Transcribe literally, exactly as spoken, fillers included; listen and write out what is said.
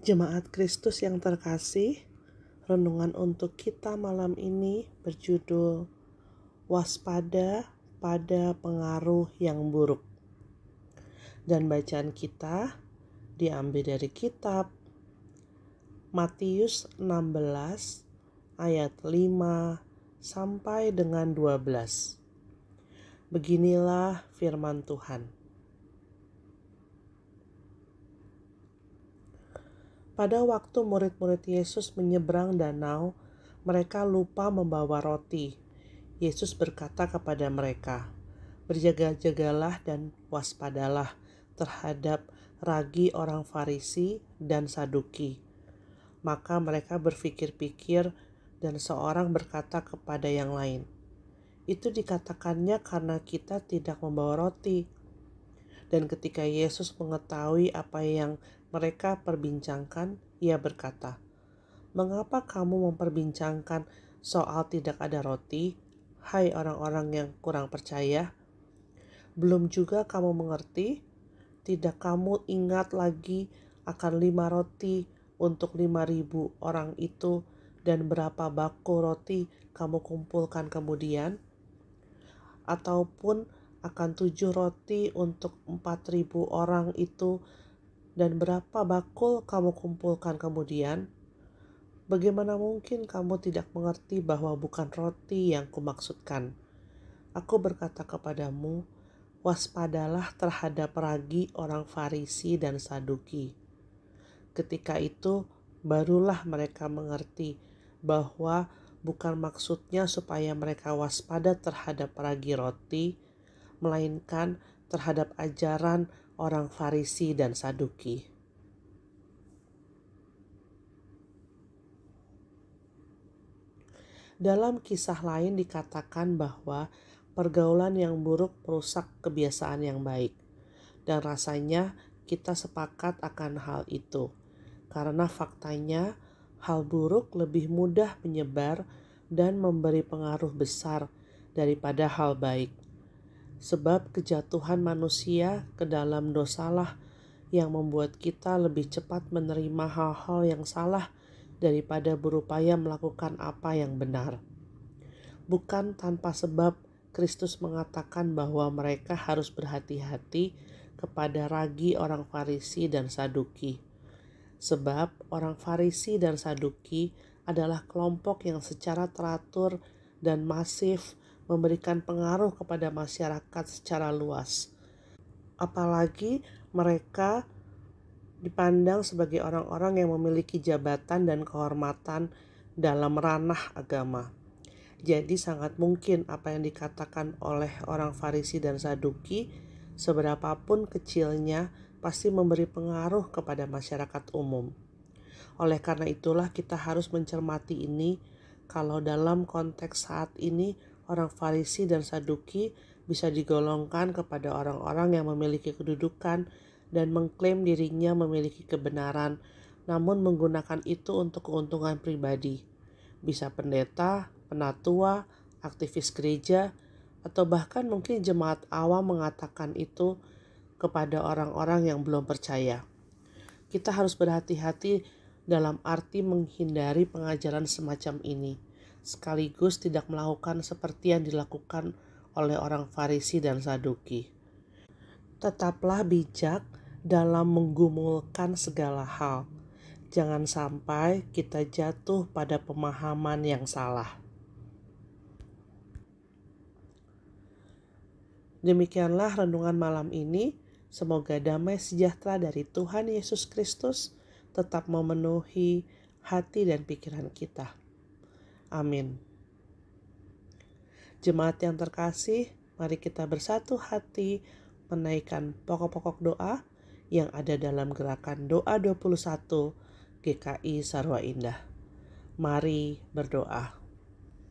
Jemaat Kristus yang terkasih, renungan untuk kita malam ini berjudul Waspada pada Pengaruh yang Buruk. Dan bacaan kita diambil dari kitab Matius enam belas ayat lima sampai dengan dua belas. Beginilah firman Tuhan. Pada waktu murid-murid Yesus menyeberang danau, mereka lupa membawa roti. Yesus berkata kepada mereka, "Berjaga-jagalah dan waspadalah terhadap ragi orang Farisi dan Saduki." Maka mereka berpikir-pikir dan seorang berkata kepada yang lain, "Itu dikatakannya karena kita tidak membawa roti." Dan ketika Yesus mengetahui apa yang mereka perbincangkan, ia berkata, "Mengapa kamu memperbincangkan soal tidak ada roti, hai orang-orang yang kurang percaya? Belum juga kamu mengerti? Tidak kamu ingat lagi akan lima roti untuk lima ribu orang itu dan berapa bakul roti kamu kumpulkan kemudian? Ataupun akan tujuh roti untuk empat ribu orang itu dan berapa bakul kamu kumpulkan kemudian? Bagaimana mungkin kamu tidak mengerti bahwa bukan roti yang kumaksudkan? Aku berkata kepadamu, waspadalah terhadap ragi orang Farisi dan Saduki." Ketika itu barulah mereka mengerti bahwa bukan maksudnya supaya mereka waspada terhadap ragi roti, melainkan terhadap ajaran orang Farisi dan Saduki. Dalam kisah lain dikatakan bahwa pergaulan yang buruk merusak kebiasaan yang baik. Dan rasanya kita sepakat akan hal itu. Karena faktanya hal buruk lebih mudah menyebar dan memberi pengaruh besar daripada hal baik. Sebab kejatuhan manusia ke dalam dosalah yang membuat kita lebih cepat menerima hal-hal yang salah daripada berupaya melakukan apa yang benar. Bukan tanpa sebab Kristus mengatakan bahwa mereka harus berhati-hati kepada ragi orang Farisi dan Saduki. Sebab orang Farisi dan Saduki adalah kelompok yang secara teratur dan masif memberikan pengaruh kepada masyarakat secara luas. Apalagi mereka dipandang sebagai orang-orang yang memiliki jabatan dan kehormatan dalam ranah agama. Jadi sangat mungkin apa yang dikatakan oleh orang Farisi dan Saduki, seberapapun kecilnya, pasti memberi pengaruh kepada masyarakat umum. Oleh karena itulah kita harus mencermati ini, kalau dalam konteks saat ini orang Farisi dan Saduki bisa digolongkan kepada orang-orang yang memiliki kedudukan dan mengklaim dirinya memiliki kebenaran, namun menggunakan itu untuk keuntungan pribadi. Bisa pendeta, penatua, aktivis gereja, atau bahkan mungkin jemaat awam mengatakan itu kepada orang-orang yang belum percaya. Kita harus berhati-hati dalam arti menghindari pengajaran semacam ini, sekaligus tidak melakukan seperti yang dilakukan oleh orang Farisi dan Saduki. Tetaplah bijak dalam menggumulkan segala hal. Jangan sampai kita jatuh pada pemahaman yang salah. Demikianlah renungan malam ini. Semoga damai sejahtera dari Tuhan Yesus Kristus tetap memenuhi hati dan pikiran kita. Amin. Jemaat yang terkasih, mari kita bersatu hati menaikkan pokok-pokok doa yang ada dalam gerakan doa dua puluh satu G K I Sarwa Indah. Mari berdoa.